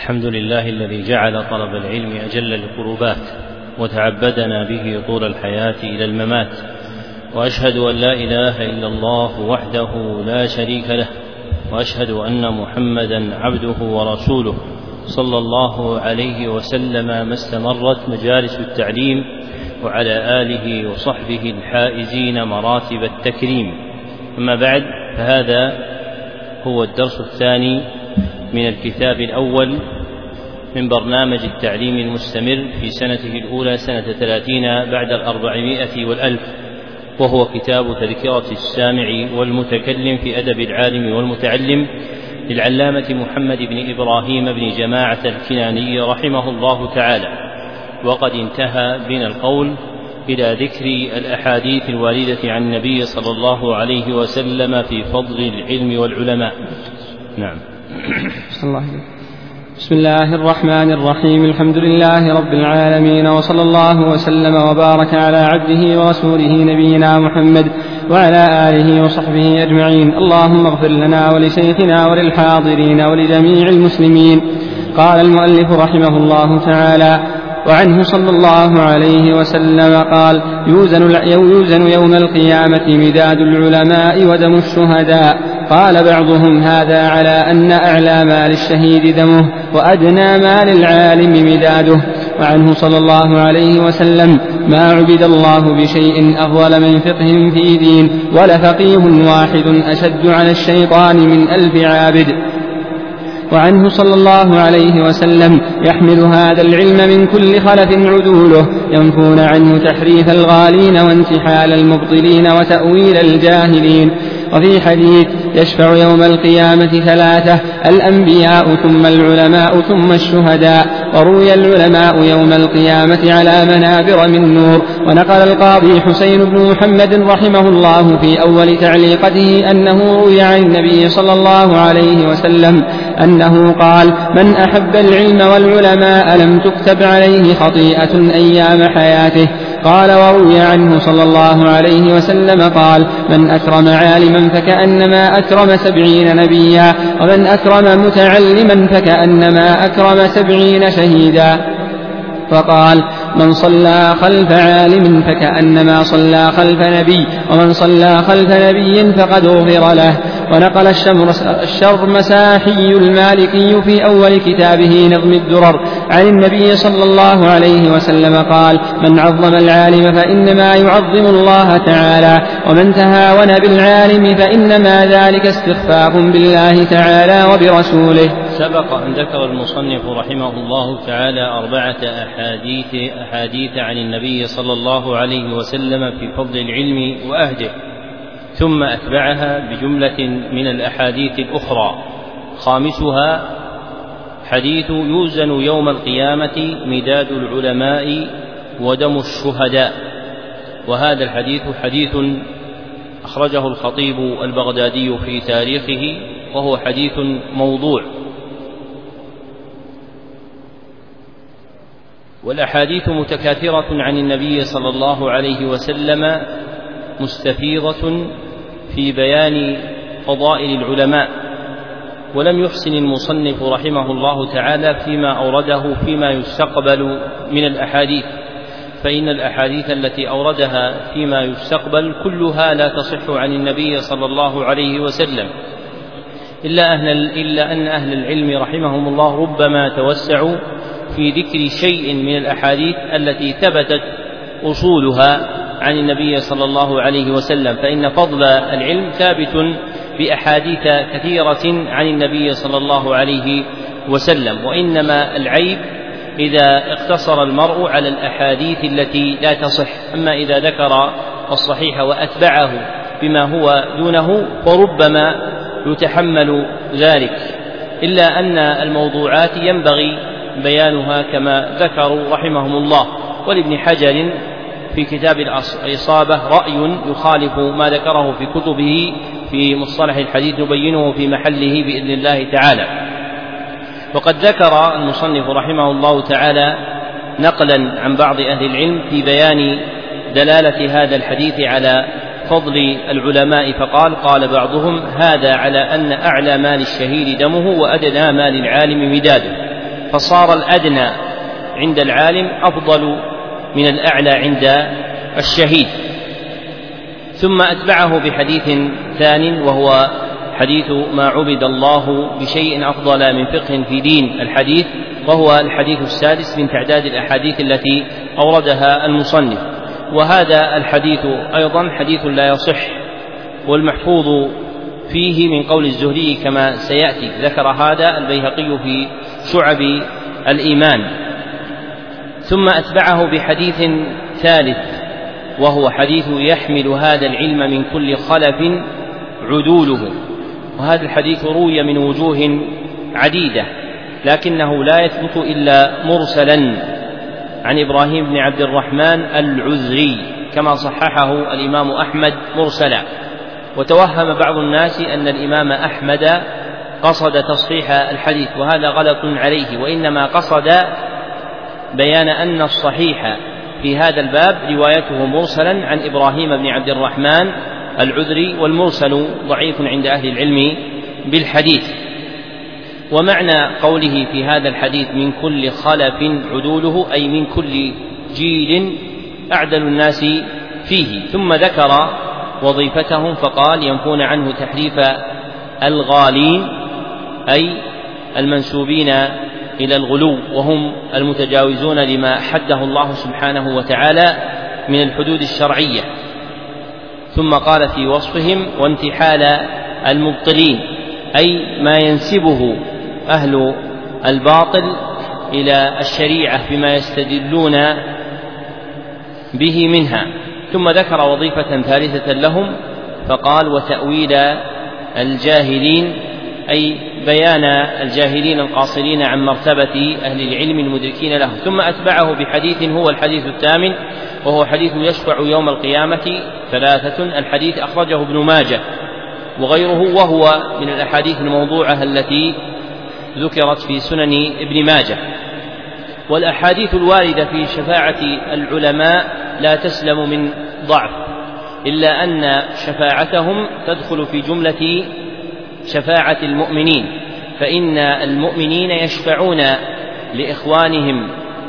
الحمد لله الذي جعل طلب العلم أجل القربات وتعبدنا به طول الحياة إلى الممات، وأشهد أن لا إله إلا الله وحده لا شريك له، وأشهد أن محمدا عبده ورسوله صلى الله عليه وسلم ما استمرت مجالس التعليم، وعلى آله وصحبه الحائزين مراتب التكريم. أما بعد، فهذا هو الدرس الثاني من الكتاب الأول من برنامج التعليم المستمر في سنته الأولى سنة 30 بعد 400 والألف، وهو كتاب تذكرة السامع والمتكلم في أدب العالم والمتعلم للعلامة محمد بن إبراهيم بن جماعة الكناني رحمه الله تعالى. وقد انتهى بنا القول إلى ذكر الأحاديث الواردة عن النبي صلى الله عليه وسلم في فضل العلم والعلماء. نعم. بسم الله الرحمن الرحيم. الحمد لله رب العالمين، وصلى الله وسلم وبارك على عبده ورسوله نبينا محمد وعلى آله وصحبه أجمعين. اللهم اغفر لنا ولشيخنا وللحاضرين ولجميع المسلمين. قال المؤلف رحمه الله تعالى: وعنه صلى الله عليه وسلم قال: يوزن يوم القيامة مداد العلماء ودم الشهداء. قال بعضهم: هذا على أن أعلى ما للشهيد دمه وأدنى ما للعالم مداده. وعنه صلى الله عليه وسلم: ما عبد الله بشيء أفضل من فقه في دين، ولفقيه واحد أشد على الشيطان من 1000 عابد. وعنه صلى الله عليه وسلم: يحمل هذا العلم من كل خلف عدوله، ينفون عنه تحريف الغالين وانتحال المبطلين وتأويل الجاهلين. وفي حديث: يشفع يوم القيامة 3: الأنبياء ثم العلماء ثم الشهداء. وروي العلماء يوم القيامة على منابر من نور. ونقل القاضي حسين بن محمد رحمه الله في أول تعليقته أنه روي عن النبي صلى الله عليه وسلم أنه قال: من أحب العلم والعلماء لم تكتب عليه خطيئة أيام حياته. قال: وروي عنه صلى الله عليه وسلم قال: من أكرم عالما فكأنما أكرم 70 نبيا، ومن أكرم متعلما فكأنما أكرم 70 شهيدا. فقال: من صلى خلف عالم فكأنما صلى خلف نبي، ومن صلى خلف نبي فقد غفر له. ونقل الشرمساحي المالكي في أول كتابه نظم الدرر عن النبي صلى الله عليه وسلم قال: من عظم العالم فإنما يعظم الله تعالى، ومن تهاون بالعالم فإنما ذلك استخفاف بالله تعالى وبرسوله. سبق أن ذكر المصنف رحمه الله تعالى 4 أحاديث عن النبي صلى الله عليه وسلم في فضل العلم وأهله، ثم أتبعها بجملة من الأحاديث الأخرى. خامسها حديث: يوزن يوم القيامة مداد العلماء ودم الشهداء. وهذا الحديث حديث أخرجه الخطيب البغدادي في تاريخه، وهو حديث موضوع. والأحاديث متكاثرة عن النبي صلى الله عليه وسلم مستفيضة في بيان فضائل العلماء، ولم يحسن المصنف رحمه الله تعالى فيما أورده فيما يستقبل من الأحاديث، فإن الأحاديث التي أوردها فيما يستقبل كلها لا تصح عن النبي صلى الله عليه وسلم، إلا أن أهل العلم رحمهم الله ربما توسعوا في ذكر شيء من الأحاديث التي ثبتت أصولها عن النبي صلى الله عليه وسلم، فإن فضل العلم ثابت بأحاديث كثيرة عن النبي صلى الله عليه وسلم. وإنما العيب إذا اقتصر المرء على الأحاديث التي لا تصح، أما إذا ذكر الصحيح وأتبعه بما هو دونه فربما يتحمل ذلك، إلا أن الموضوعات ينبغي بيانها كما ذكروا رحمهم الله. ولابن حجر في كتاب الإصابة رأي يخالف ما ذكره في كتبه في مصطلح الحديث، نبينه في محله بإذن الله تعالى. وقد ذكر المصنف رحمه الله تعالى نقلا عن بعض أهل العلم في بيان دلالة هذا الحديث على فضل العلماء، فقال: قال بعضهم: هذا على أن أعلى ما للشهيد دمه وأدنى ما للعالم مداده. فصار الأدنى عند العالم أفضل من الأعلى عند الشهيد. ثم أتبعه بحديث ثان وهو حديث ما عبد الله بشيء أفضل من فقه في دين الحديث، وهو الحديث السادس من تعداد الأحاديث التي أوردها المصنف. وهذا الحديث أيضا حديث لا يصح، والمحفوظ فيه من قول الزهري كما سيأتي، ذكر هذا البيهقي في شعب الإيمان. ثم أتبعه بحديث ثالث وهو حديث يحمل هذا العلم من كل خلف عدوله، وهذا الحديث روي من وجوه عديدة لكنه لا يثبت إلا مرسلا عن إبراهيم بن عبد الرحمن العذري كما صححه الإمام أحمد مرسلا. وتوهم بعض الناس أن الإمام أحمد قصد تصحيح الحديث، وهذا غلط عليه، وإنما قصد بيان أن الصحيح في هذا الباب روايته مرسلا عن إبراهيم بن عبد الرحمن العذري، والمرسل ضعيف عند أهل العلم بالحديث. ومعنى قوله في هذا الحديث من كل خلف عدوله أي من كل جيل أعدل الناس فيه. ثم ذكر وظيفتهم فقال ينفون عنه تحريف الغالين أي المنسوبين إلى الغلو، وهم المتجاوزون لما حده الله سبحانه وتعالى من الحدود الشرعية. ثم قال في وصفهم وانتحال المبطلين أي ما ينسبه أهل الباطل إلى الشريعة بما يستدلون به منها. ثم ذكر وظيفة ثالثة لهم فقال وتأويل الجاهلين أي بيان الجاهلين القاصرين عن مرتبة أهل العلم المدركين له. ثم أتبعه بحديث هو الحديث الثامن وهو حديث يشفع يوم القيامة ثلاثة. الحديث أخرجه ابن ماجه وغيره، وهو من الأحاديث الموضوعة التي ذكرت في سنن ابن ماجه. والأحاديث الواردة في شفاعة العلماء لا تسلم من ضعف، إلا أن شفاعتهم تدخل في جملة شفاعة المؤمنين، فإن المؤمنين يشفعون لإخوانهم،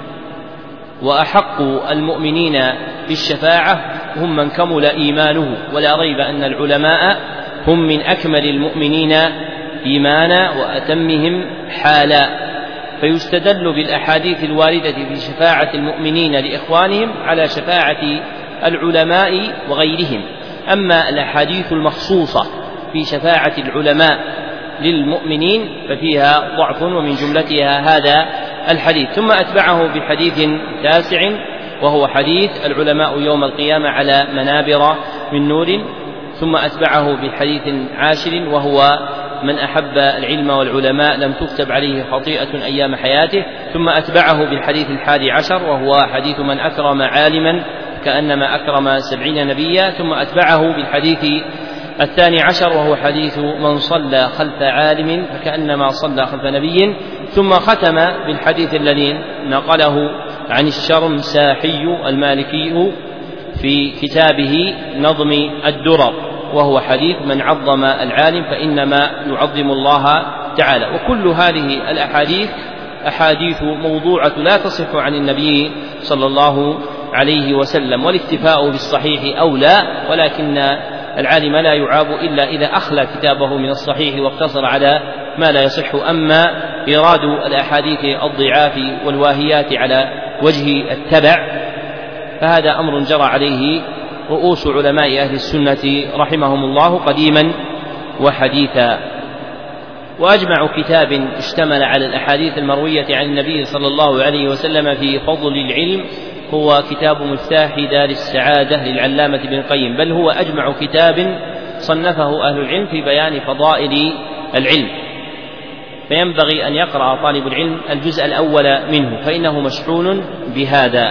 وأحق المؤمنين بالشفاعة هم من كمل إيمانه، ولا ريب أن العلماء هم من أكمل المؤمنين إيمانا وأتمهم حالا. فيستدل بالأحاديث الواردة في شفاعة المؤمنين لإخوانهم على شفاعة العلماء وغيرهم. أما الأحاديث المخصوصة في شفاعة العلماء للمؤمنين ففيها ضعف، ومن جملتها هذا الحديث. ثم أتبعه بحديث تاسع وهو حديث العلماء يوم القيامة على منابر من نور. ثم أتبعه بحديث عاشر وهو من أحب العلم والعلماء لم تكتب عليه خطيئة أيام حياته. ثم أتبعه بالحديث 11 وهو حديث من أكرم عالما كأنما أكرم 70 نبيا. ثم أتبعه بالحديث 12 وهو حديث من صلى خلف عالم فكأنما صلى خلف نبي. ثم ختم بالحديث الذي نقله عن الشرمساحي المالكي في كتابه نظم الدرر، وهو حديث من عظم العالم فإنما يعظم الله تعالى. وكل هذه الأحاديث أحاديث موضوعة لا تصح عن النبي صلى الله عليه وسلم، والاكتفاء بالصحيح أولى، ولكن العالم لا يعاب إلا إذا أخلى كتابه من الصحيح واقتصر على ما لا يصح. أما إيراد الأحاديث الضعاف والواهيات على وجه التبع فهذا أمر جرى عليه رؤوس علماء أهل السنة رحمهم الله قديما وحديثا. وأجمع كتاب اشتمل على الأحاديث المروية عن النبي صلى الله عليه وسلم في فضل العلم هو كتاب مفتاح دار السعادة للعلامة ابن القيم، بل هو أجمع كتاب صنفه أهل العلم في بيان فضائل العلم، فينبغي أن يقرأ طالب العلم الجزء الأول منه فإنه مشحون بهذا.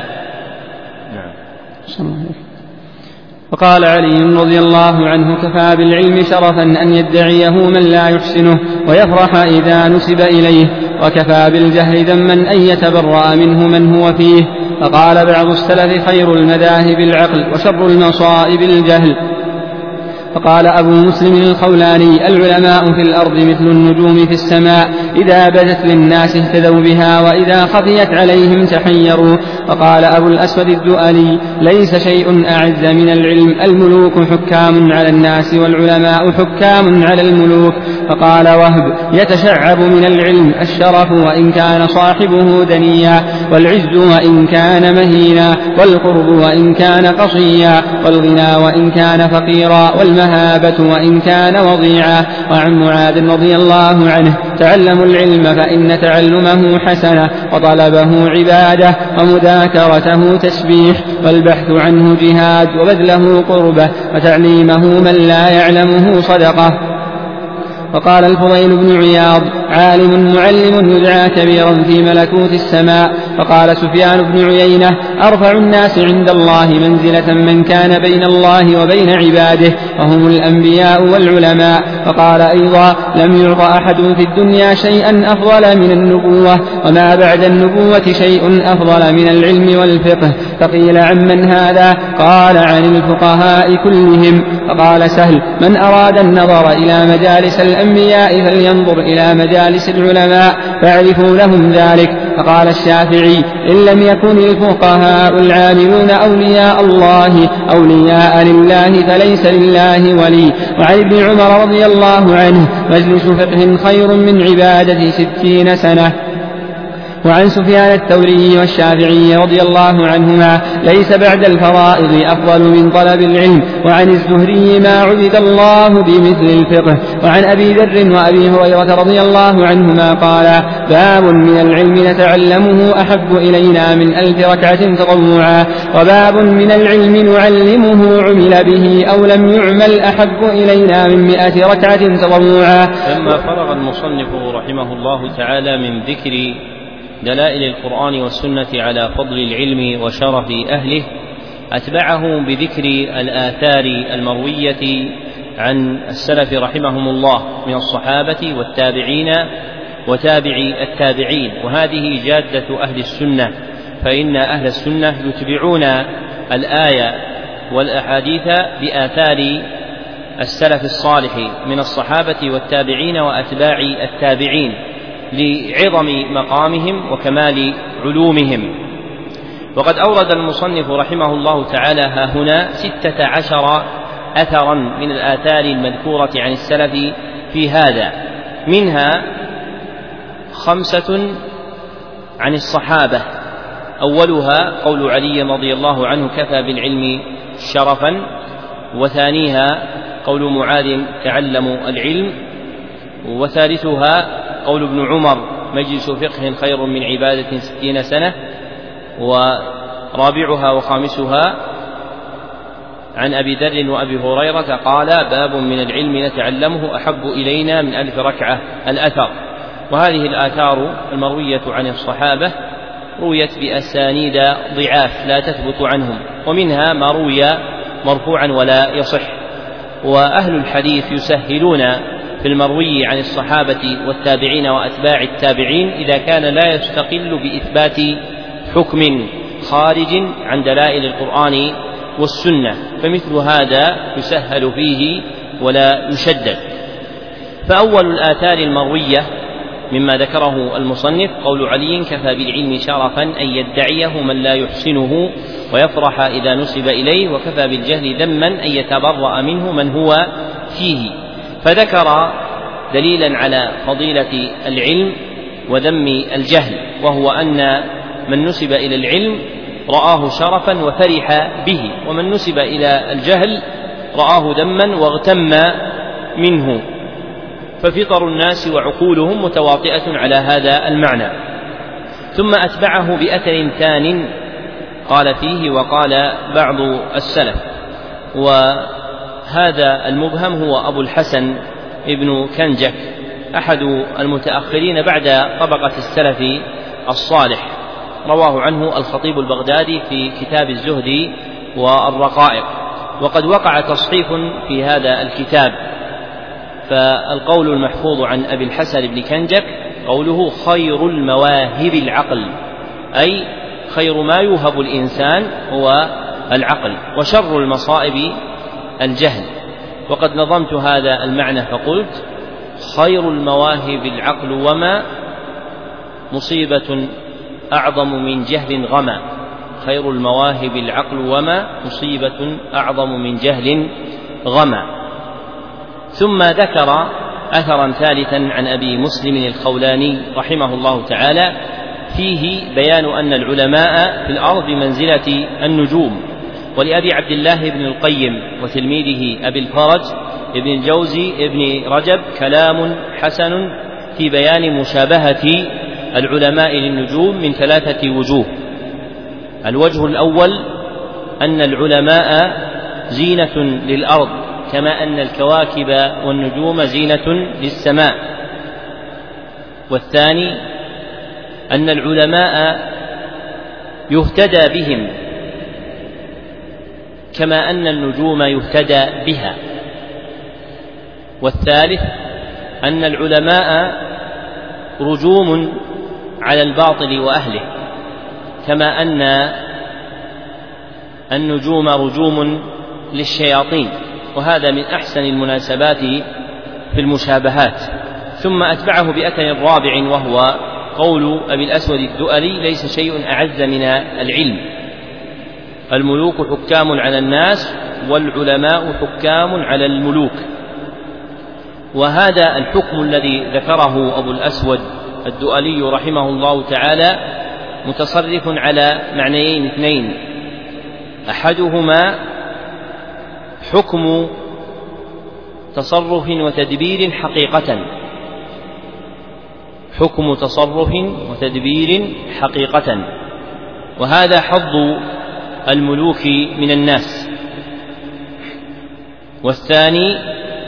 وقال علي رضي الله عنه كفى بالعلم شرفا أن يدعيه من لا يحسنه ويفرح إذا نسب إليه، وكفى بالجهل ذما أن يتبرأ منه من هو فيه. فقال بعض السلف خير المذاهب العقل وشر المصائب الجهل. فقال أبو مسلم الخولاني: العلماء في الأرض مثل النجوم في السماء، إذا بدت للناس اهتدوا بها، وإذا خفيت عليهم تحيروا. فقال أبو الأسود الدؤلي: ليس شيء أعز من العلم، الملوك حكام على الناس والعلماء حكام على الملوك. فقال وهب: يتشعب من العلم الشرف وإن كان صاحبه دنيا، والعز وإن كان مهينا، والقرب وإن كان قصيا، والغنى وإن كان فقيرا، والمهابة وإن كان وضيعا. وعن معاذ رضي الله عنه: تعلموا العلم فإن تعلمه حسنة، وطلبه عبادة، ومذاكرته تسبيح، والبحث عنه جهاد، وبذله قربة، وتعليمه من لا يعلمه صدقة. وقال الفضيل بن عياض: عالم معلم يدعى كبيرا في ملكوت السماء. فقال سفيان بن عيينة: أرفع الناس عند الله منزلة من كان بين الله وبين عباده، وهم الأنبياء والعلماء. فقال أيضا: لم يعط أحد في الدنيا شيئا أفضل من النبوة، وما بعد النبوة شيء أفضل من العلم والفقه. فقيل: عمن هذا؟ قال: عن الفقهاء كلهم. فقال سهل: من أراد النظر إلى مجالس الأنبياء فلينظر إلى مجالس العلماء فاعرفوا لهم ذلك. فقال الشافعي: إن لم يكن الفقهاء العاملون أولياء الله أولياء لله فليس لله ولي. وعن ابن عمر رضي الله عنه: مجلس فقه خير من عبادة 60 سنة. وعن سفيان الثوري والشافعي رضي الله عنهما: ليس بعد الفرائض أفضل من طلب العلم. وعن الزهري: ما عبد الله بمثل الفقه. وعن أبي ذر وأبي هريرة رضي الله عنهما قال: باب من العلم نتعلمه أحب إلينا من 1000 ركعة تطوعا، وباب من العلم نعلمه عمل به أو لم يعمل أحب إلينا من 100 ركعة تطوعا. لما فرغ المصنف رحمه الله تعالى من ذكر دلائل القرآن والسنة على فضل العلم وشرف أهله، أتبعه بذكر الآثار المروية عن السلف رحمهم الله من الصحابة والتابعين وتابعي التابعين. وهذه جادة أهل السنة، فإن أهل السنة يتبعون الآية والأحاديث بآثار السلف الصالح من الصحابة والتابعين وأتباع التابعين لعظم مقامهم وكمال علومهم. وقد أورد المصنف رحمه الله تعالى هاهنا 16 أثرا من الآثار المذكورة عن السلف في هذا، منها 5 عن الصحابة. أولها قول علي رضي الله عنه: كفى بالعلم شرفا. وثانيها قول معاذ: تعلموا العلم. وثالثها قول ابن عمر: مجلس فقه خير من عبادة 60 سنة. ورابعها وخامسها عن أبي ذر وأبي هريرة قال: باب من العلم نتعلمه أحب إلينا من 1000 ركعة الأثر. وهذه الآثار المروية عن الصحابة رويت بأسانيد ضعاف لا تثبت عنهم، ومنها ما روي مرفوعا ولا يصح. وأهل الحديث يسهلون في المروي عن الصحابة والتابعين وأتباع التابعين إذا كان لا يستقل بإثبات حكم خارج عن دلائل القرآن والسنة، فمثل هذا يسهل فيه ولا يشدد. فأول الآثار المروية مما ذكره المصنف قول علي: كفى بالعلم شرفا أن يدعيه من لا يحسنه ويفرح إذا نسب إليه، وكفى بالجهل ذما أن يتبرأ منه من هو فيه. فذكر دليلا على فضيلة العلم وذم الجهل، وهو أن من نسب إلى العلم رآه شرفا وفرح به، ومن نسب إلى الجهل رآه ذما واغتم منه. ففطر الناس وعقولهم متواطئة على هذا المعنى. ثم أتبعه بأثر ثان قال فيه: وقال بعض السلف. وهذا المبهم هو أبو الحسن ابن كنجك، أحد المتأخرين بعد طبقة السلف الصالح، رواه عنه الخطيب البغدادي في كتاب الزهد والرقائق. وقد وقع تصحيف في هذا الكتاب، فالقول المحفوظ عن أبي الحسن بن كنجك قوله: خير المواهب العقل، أي خير ما يوهب الإنسان هو العقل، وشر المصائب الجهل. وقد نظمت هذا المعنى فقلت: خير المواهب العقل وما مصيبة أعظم من جهل غما. خير المواهب العقل وما مصيبة أعظم من جهل غما. ثم ذكر أثرا ثالثا عن أبي مسلم الخولاني رحمه الله تعالى فيه بيان أن العلماء في الأرض بمنزلة النجوم. ولأبي عبد الله بن القيم وتلميذه أبي الفرج ابن الجوزي ابن رجب كلام حسن في بيان مشابهة العلماء للنجوم من 3 وجوه. الوجه الأول أن العلماء زينة للأرض كما أن الكواكب والنجوم زينة للسماء. والثاني أن العلماء يهتدى بهم كما أن النجوم يهتدى بها. والثالث أن العلماء رجوم على الباطل وأهله كما أن النجوم رجوم للشياطين. وهذا من أحسن المناسبات في المشابهات. ثم أتبعه بأثر رابع وهو قول أبي الأسود الدؤلي: ليس شيء أعز من العلم، الملوك حكام على الناس والعلماء حكام على الملوك. وهذا الحكم الذي ذكره أبو الأسود الدؤلي رحمه الله تعالى متصرف على معنيين اثنين: أحدهما حكم تصرف وتدبير حقيقة، حكم تصرف وتدبير حقيقة، وهذا حظ الملوك من الناس. والثاني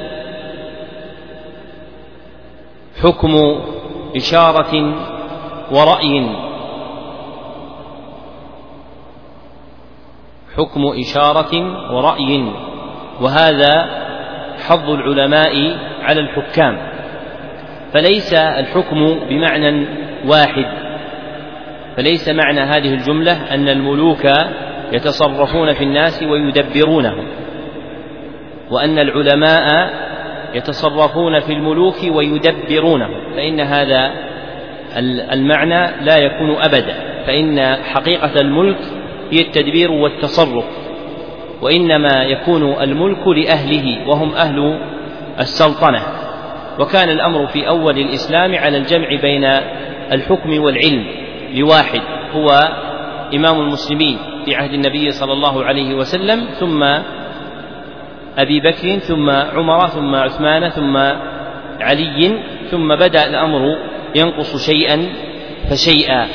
حكم إشارة ورأي، حكم إشارة ورأي، وهذا حظ العلماء على الحكام. فليس الحكم بمعنى واحد، فليس معنى هذه الجملة أن الملوك يتصرفون في الناس ويدبرونهم، وأن العلماء يتصرفون في الملوك ويدبرونهم، فإن هذا المعنى لا يكون أبدا. فإن حقيقة الملك هي التدبير والتصرف، وإنما يكون الملك لأهله وهم أهل السلطنة. وكان الأمر في أول الإسلام على الجمع بين الحكم والعلم لواحد هو إمام المسلمين في عهد النبي صلى الله عليه وسلم، ثم أبي بكر، ثم عمر، ثم عثمان، ثم علي، ثم بدأ الأمر ينقص شيئا فشيئا.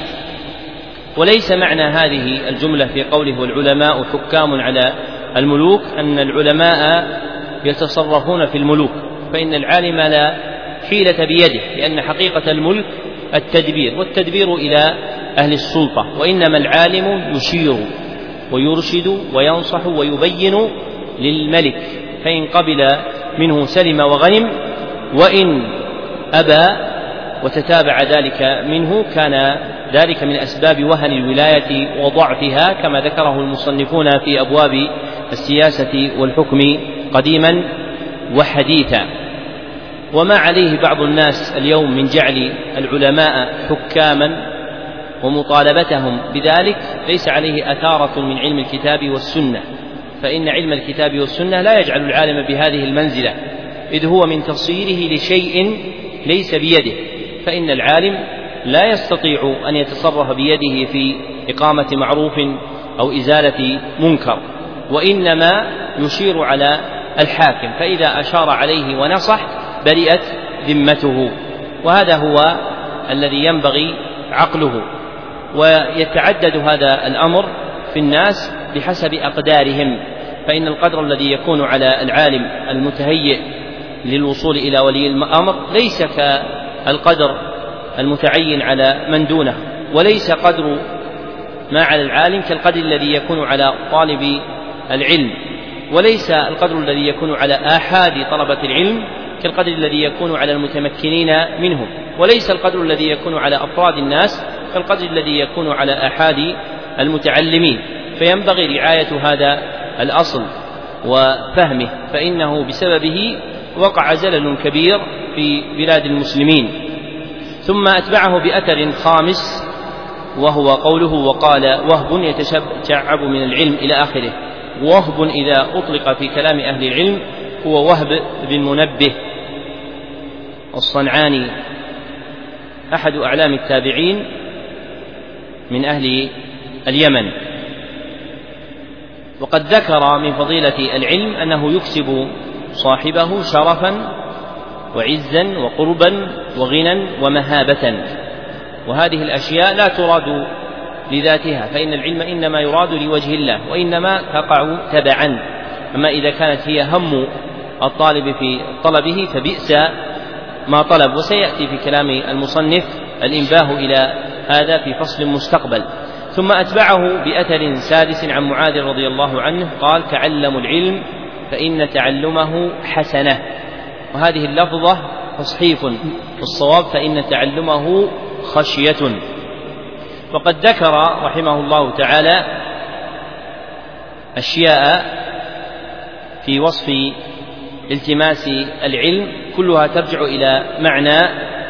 وليس معنى هذه الجملة في قوله والعلماء حكام على الملوك أن العلماء يتصرفون في الملوك، فإن العالم لا حيلة بيده، لأن حقيقة الملك التدبير، والتدبير إلى أهل السلطة، وإنما العالم يشير ويرشد وينصح ويبين للملك، فإن قبل منه سلم وغنم، وإن أبى وتتابع ذلك منه كان ذلك من أسباب وهن الولاية وضعفها، كما ذكره المصنفون في أبواب السياسة والحكم قديما وحديثا. وما عليه بعض الناس اليوم من جعل العلماء حكاما ومطالبتهم بذلك ليس عليه أثارة من علم الكتاب والسنة، فإن علم الكتاب والسنة لا يجعل العالم بهذه المنزلة، إذ هو من تصيره لشيء ليس بيده، فإن العالم لا يستطيع أن يتصرف بيده في إقامة معروف أو إزالة منكر، وإنما يشير على الحاكم، فإذا أشار عليه ونصح برئت ذمته. وهذا هو الذي ينبغي عقله. ويتعدد هذا الأمر في الناس بحسب أقدارهم، فإن القدر الذي يكون على العالم المتهيئ للوصول إلى ولي الأمر ليس كالقدر المتعين على من دونه، وليس قدر ما على العالم كالقدر الذي يكون على طالب العلم، وليس القدر الذي يكون على آحاد طلبة العلم كالقدر الذي يكون على المتمكنين منهم، وليس القدر الذي يكون على أفراد الناس كالقدر الذي يكون على آحاد المتعلمين. فينبغي رعاية هذا الأصل، وفهمه، فإنه بسببه وقع زلل كبير في بلاد المسلمين. ثم أتبعه بأثر خامس وهو قوله: وقال وهب يتشعب من العلم إلى آخره. وهب إذا أطلق في كلام أهل العلم هو وهب بن منبه الصنعاني، أحد أعلام التابعين من أهل اليمن. وقد ذكر من فضيلة العلم أنه يكسب صاحبه شرفا وعزا وقربا وغنى ومهابة، وهذه الأشياء لا تراد لذاتها، فإن العلم إنما يراد لوجه الله وإنما تقع تبعا. أما إذا كانت هي هم الطالب في طلبه فبئس ما طلب. وسيأتي في كلام المصنف الإنباه إلى هذا في فصل مستقبل. ثم أتبعه بأثر سادس عن معاذ رضي الله عنه قال: تعلموا العلم فإن تعلمه حسنة. وهذه اللفظة تصحيف، والصواب فإن تعلمه خشية. وقد ذكر رحمه الله تعالى أشياء في وصف التماس العلم كلها ترجع إلى معنى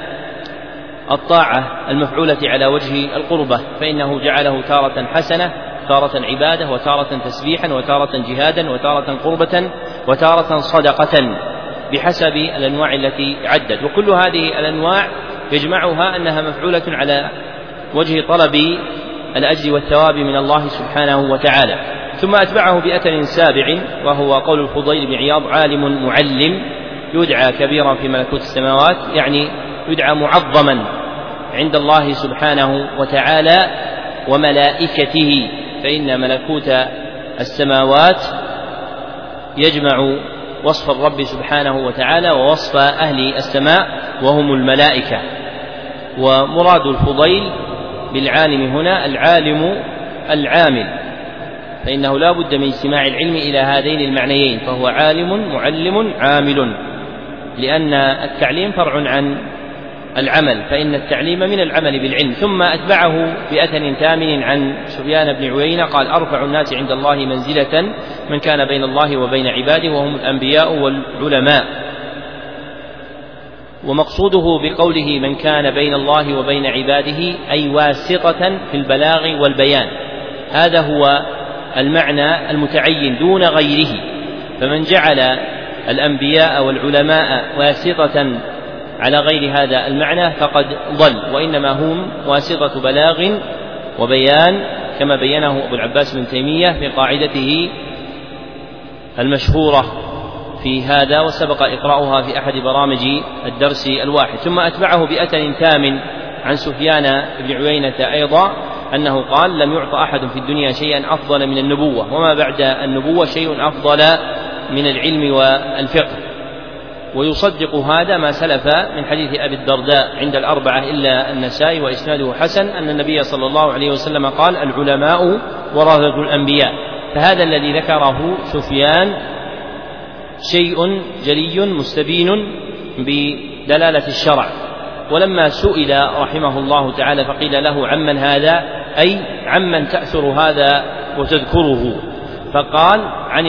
الطاعة المفعولة على وجه القربة، فإنه جعله تارة حسنة، تارة عبادة، وتارة تسبيحا، وتارة جهادا، وتارة قربة، وتارة صدقة، بحسب الأنواع التي عدت. وكل هذه الأنواع يجمعها أنها مفعولة على وجه طلب الأجر والثواب من الله سبحانه وتعالى. ثم أتبعه بأثر سابع وهو قول الفضيل بن عياض: عالم معلم يدعى كبيرا في ملكوت السماوات، يعني يدعى معظما عند الله سبحانه وتعالى وملائكته، فإن ملكوت السماوات يجمع وصف الرب سبحانه وتعالى ووصف أهل السماء وهم الملائكة. ومراد الفضيل بالعالم هنا العالم العامل، فإنه لا بد من اجتماع العلم إلى هذين المعنيين، فهو عالم معلم عامل، لأن التعليم فرع عن العمل، فإن التعليم من العمل بالعلم. ثم أتبعه بأثر ثامن عن سفيان بن عيينة قال: أرفع الناس عند الله منزلة من كان بين الله وبين عباده وهم الأنبياء والعلماء. ومقصوده بقوله من كان بين الله وبين عباده أي واسطة في البلاغ والبيان، هذا هو المعنى المتعين دون غيره. فمن جعل الأنبياء والعلماء واسطة على غير هذا المعنى فقد ضل، وإنما هم واسطة بلاغ وبيان، كما بينه أبو العباس بن تيمية في قاعدته المشهورة في هذا، وسبق إقراؤها في أحد برامج الدرس الواحد. ثم أتبعه بأثر ثامن عن سفيان بن عيينة أيضا أنه قال: لم يعط أحد في الدنيا شيئا أفضل من النبوة، وما بعد النبوة شيء أفضل من العلم والفقه. ويصدق هذا ما سلف من حديث أبي الدرداء عند الأربعة إلا النسائي وإسناده حسن أن النبي صلى الله عليه وسلم قال: العلماء ورثة الأنبياء. فهذا الذي ذكره سفيان شيء جلي مستبين بدلالة الشرع. ولما سئل رحمه الله تعالى فقيل له: عمن هذا؟ أي عمن تأثر هذا وتذكره؟ فقال: عن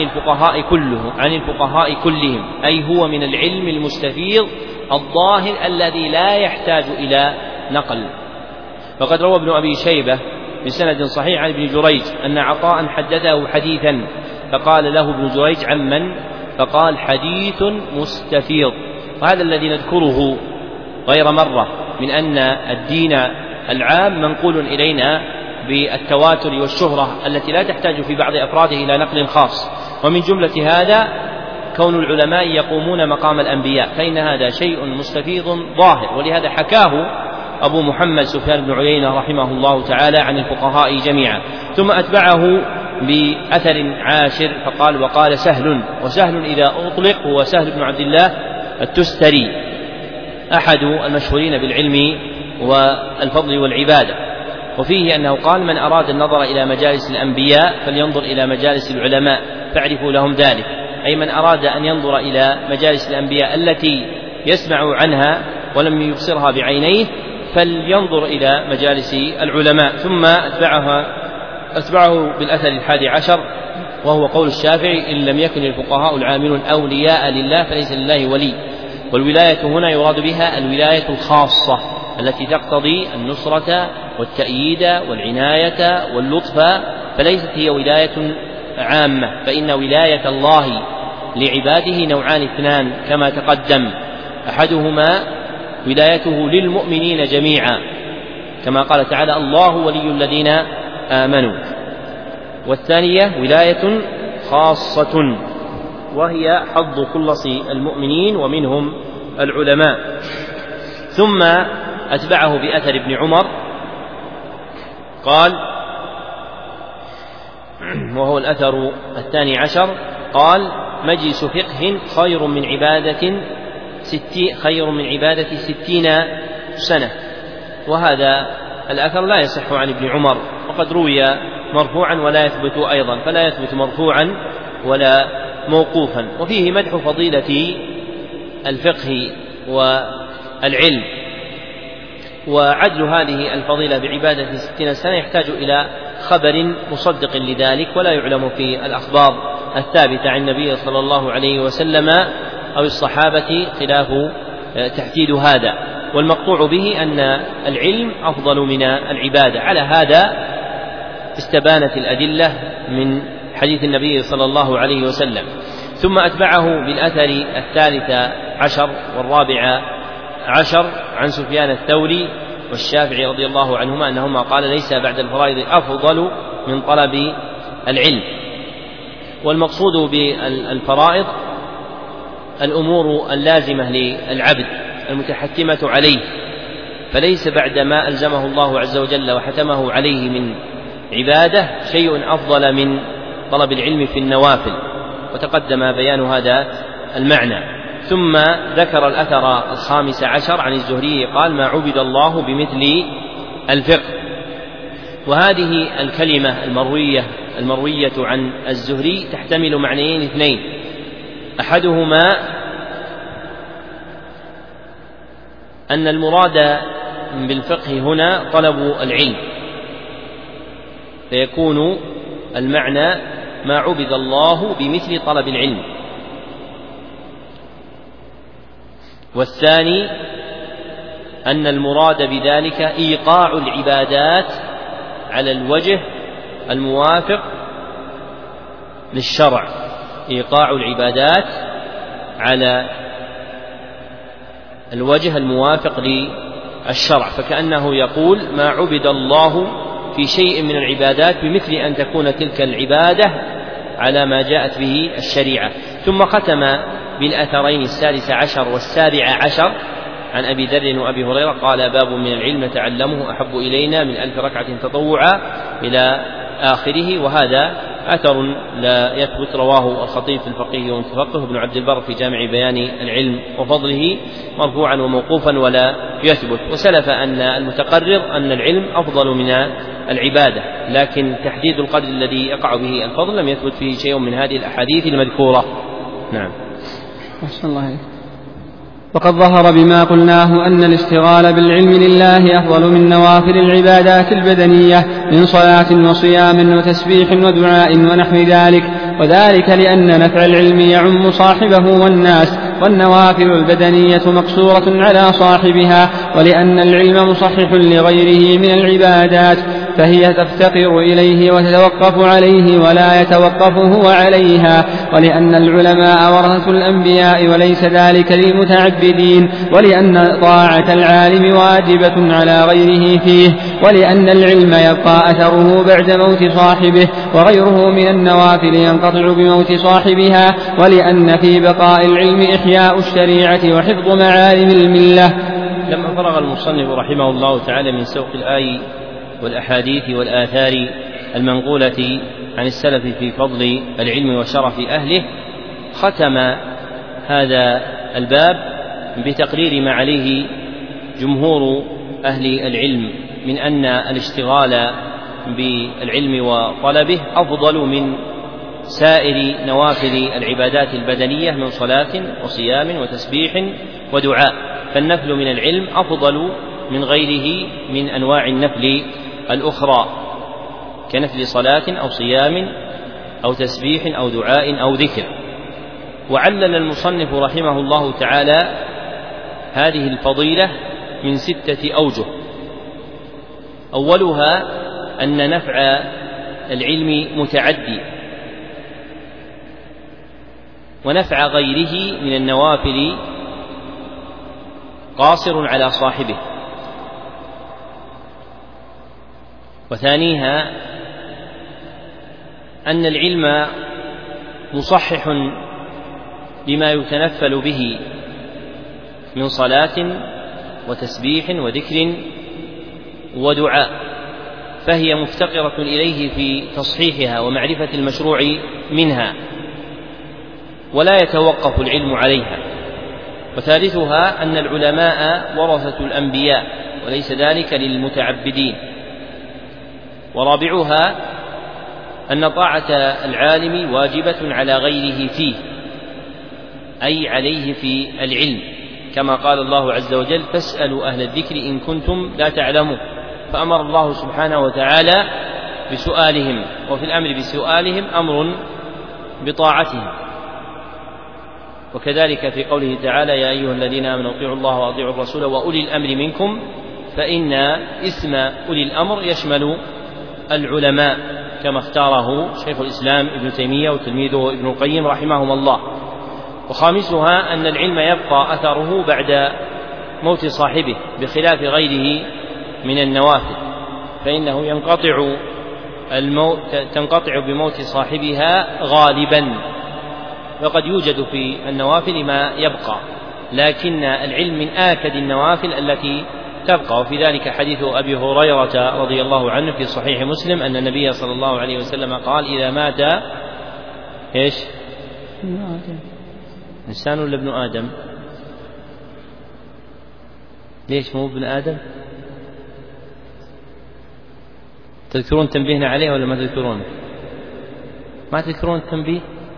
الفقهاء كلهم، أي هو من العلم المستفيض الظاهر الذي لا يحتاج إلى نقل. فقد روى ابن أبي شيبة بسند صحيح عن ابن جريج أن عطاء حدثه حديثا فقال له ابن جريج: عمن؟ فقال: حديث مستفيض. وهذا الذي نذكره غير مرة من أن الدين العام منقول إلينا بالتواتر والشهرة التي لا تحتاج في بعض أفراده إلى نقل خاص. ومن جملة هذا كون العلماء يقومون مقام الأنبياء، فإن هذا شيء مستفيض ظاهر، ولهذا حكاه أبو محمد سفيان بن عيينة رحمه الله تعالى عن الفقهاء جميعا. ثم أتبعه بأثر عاشر فقال: وقال سهل. وسهل إذا أطلق هو سهل بن عبد الله التستري، أحد المشهورين بالعلم والفضل والعبادة. وفيه أنه قال: من أراد النظر إلى مجالس الأنبياء فلينظر إلى مجالس العلماء فاعرفوا لهم ذلك، أي من أراد أن ينظر إلى مجالس الأنبياء التي يسمع عنها ولم يبصرها بعينيه فلينظر إلى مجالس العلماء. ثم أتبعه بالأثر 11 وهو قول الشافعي: إن لم يكن الفقهاء العاملون أولياء لله فليس لله ولي. والولاية هنا يراد بها الولاية الخاصة التي تقتضي النصرة والتأييد والعناية واللطف، فليست هي ولاية عامة، فإن ولاية الله لعباده نوعان اثنان كما تقدم: أحدهما ولايته للمؤمنين جميعا كما قال تعالى: الله ولي الذين آمنوا، والثانية ولاية خاصة وهي حظ خلص المؤمنين ومنهم العلماء. ثم أتبعه بأثر ابن عمر قال، وهو الأثر 12، قال: مجلس فقه خير من عبادة 60 سنة. وهذا الأثر لا يصح عن ابن عمر، وقد روي مرفوعا ولا يثبت أيضا، فلا يثبت مرفوعا ولا موقوفا. وفيه مدح فضيلة الفقه والعلم، وعدل هذه الفضيلة بعبادة 60 سنة يحتاج إلى خبر مصدق لذلك، ولا يعلم في الأخبار الثابتة عن النبي صلى الله عليه وسلم أو الصحابة خلاف تحديد هذا. والمقطوع به أن العلم أفضل من العبادة. على هذا استبانت الأدلة من حديث النبي صلى الله عليه وسلم. ثم أتبعه بالأثر 13 و14 عن سفيان الثوري والشافعي رضي الله عنهما أنهما قال: ليس بعد الفرائض أفضل من طلب العلم. والمقصود بالفرائض الأمور اللازمة للعبد المتحتمة عليه، فليس بعد ما ألزمه الله عز وجل وحتمه عليه من عبادة شيء أفضل من طلب العلم في النوافل، وتقدم بيان هذا المعنى. ثم ذكر الأثر 15 عن الزهري قال: ما عبد الله بمثل الفقه. وهذه الكلمة المروية عن الزهري تحتمل معنيين اثنين: أحدهما أن المراد بالفقه هنا طلب العلم، فيكون المعنى ما عبد الله بمثل طلب العلم. والثاني أن المراد بذلك إيقاع العبادات على الوجه الموافق للشرع، إيقاع العبادات على الوجه الموافق للشرع، فكأنه يقول: ما عبد الله في شيء من العبادات بمثل أن تكون تلك العبادة على ما جاءت به الشريعة. ثم ختم بالأثرين 16 و17 عن أبي ذر وأبي هريرة قال: باب من العلم تعلمه أحب إلينا من 1000 ركعة تطوعا إلى آخره. وهذا أثر لا يثبت، رواه الخطيب في الفقيه والمتفقه، ابن عبد البر في جامع بيان العلم وفضله مرفوعا وموقوفا ولا يثبت. وسلف أن المتقرر أن العلم أفضل من العبادة، لكن تحديد القدر الذي يقع به الفضل لم يثبت فيه شيء من هذه الأحاديث المذكورة. نعم. أحسن الله عليك. وقد ظهر بما قلناه أن الاشتغال بالعلم لله أفضل من نوافل العبادات البدنية من صلاة وصيام وتسبيح ودعاء ونحو ذلك، وذلك لأن نفع العلم يعم صاحبه والناس، والنوافل البدنية مقصورة على صاحبها، ولأن العلم مصحح لغيره من العبادات فهي تفتقر إليه وتتوقف عليه ولا يتوقف هو عليها، ولأن العلماء ورثة الأنبياء وليس ذلك للمتعبدين، ولأن طاعة العالم واجبة على غيره فيه، ولأن العلم يبقى أثره بعد موت صاحبه، وغيره من النوافل ينقطع بموت صاحبها، ولأن في بقاء العلم إحياء الشريعة وحفظ معالم الملة. لما فرغ المصنف رحمه الله تعالى من سوق الآي والأحاديث والآثار المنقولة عن السلف في فضل العلم وشرف أهله، ختم هذا الباب بتقرير ما عليه جمهور أهل العلم من أن الاشتغال بالعلم وطلبه أفضل من سائر نوافل العبادات البدنية من صلاة وصيام وتسبيح ودعاء، فالنفل من العلم أفضل من غيره من أنواع النفل الأخرى كنفل صلاة أو صيام أو تسبيح أو دعاء أو ذكر. وعلل المصنف رحمه الله تعالى هذه الفضيلة من 6 أوجه. أولها أن نفع العلم متعدي، ونفع غيره من النوافل قاصر على صاحبه. وثانيها أن العلم مصحح لما يتنفل به من صلاة وتسبيح وذكر ودعاء، فهي مفتقرة إليه في تصحيحها ومعرفة المشروع منها، ولا يتوقف العلم عليها. وثالثها أن العلماء ورثة الأنبياء وليس ذلك للمتعبدين. ورابعها أن طاعة العالم واجبة على غيره فيه، أي عليه في العلم، كما قال الله عز وجل: فاسألوا أهل الذكر إن كنتم لا تعلمون. فأمر الله سبحانه وتعالى بسؤالهم، وفي الأمر بسؤالهم أمر بطاعتهم. وكذلك في قوله تعالى: يا أيها الذين آمنوا اطيعوا الله وأطيعوا الرسول وأولي الأمر منكم، فإن اسم أولي الأمر يشمل العلماء، كما اختاره شيخ الإسلام ابن تيمية وتلميذه ابن القيم رحمهم الله. وخامسها أن العلم يبقى أثره بعد موت صاحبه، بخلاف غيره من النوافل، فإنه تنقطع بموت صاحبها غالبا. وقد يوجد في النوافل ما يبقى، لكن العلم من آكد النوافل التي تبقى. وفي ذلك حديث أبي هريرة رضي الله عنه في صحيح مسلم أن النبي صلى الله عليه وسلم قال: إذا مات إيش؟ إنسان ولا ابن آدم؟ ليش مو ابن آدم؟ تذكرون تنبيهنا عليه ولا ما تذكرون؟ ما تذكرون التنبيه؟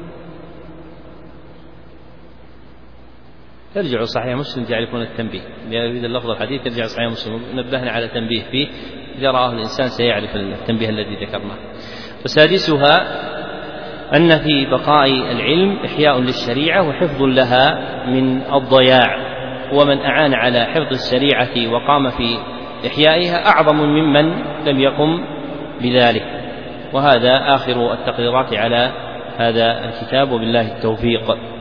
ترجعوا صحيح مسلم تعرفون التنبيه. إذا يريد اللفظ الحديث يرجع صحيح مسلم، نبهنا على تنبيه فيه، إذا رآه الإنسان سيعرف التنبيه الذي ذكرناه. وسادسها أن في بقاء العلم إحياء للشريعة وحفظ لها من الضياع، ومن أعان على حفظ الشريعة وقام في إحيائها أعظم ممن لم يقم بذلك. وهذا آخر التقريرات على هذا الكتاب، وبالله التوفيق.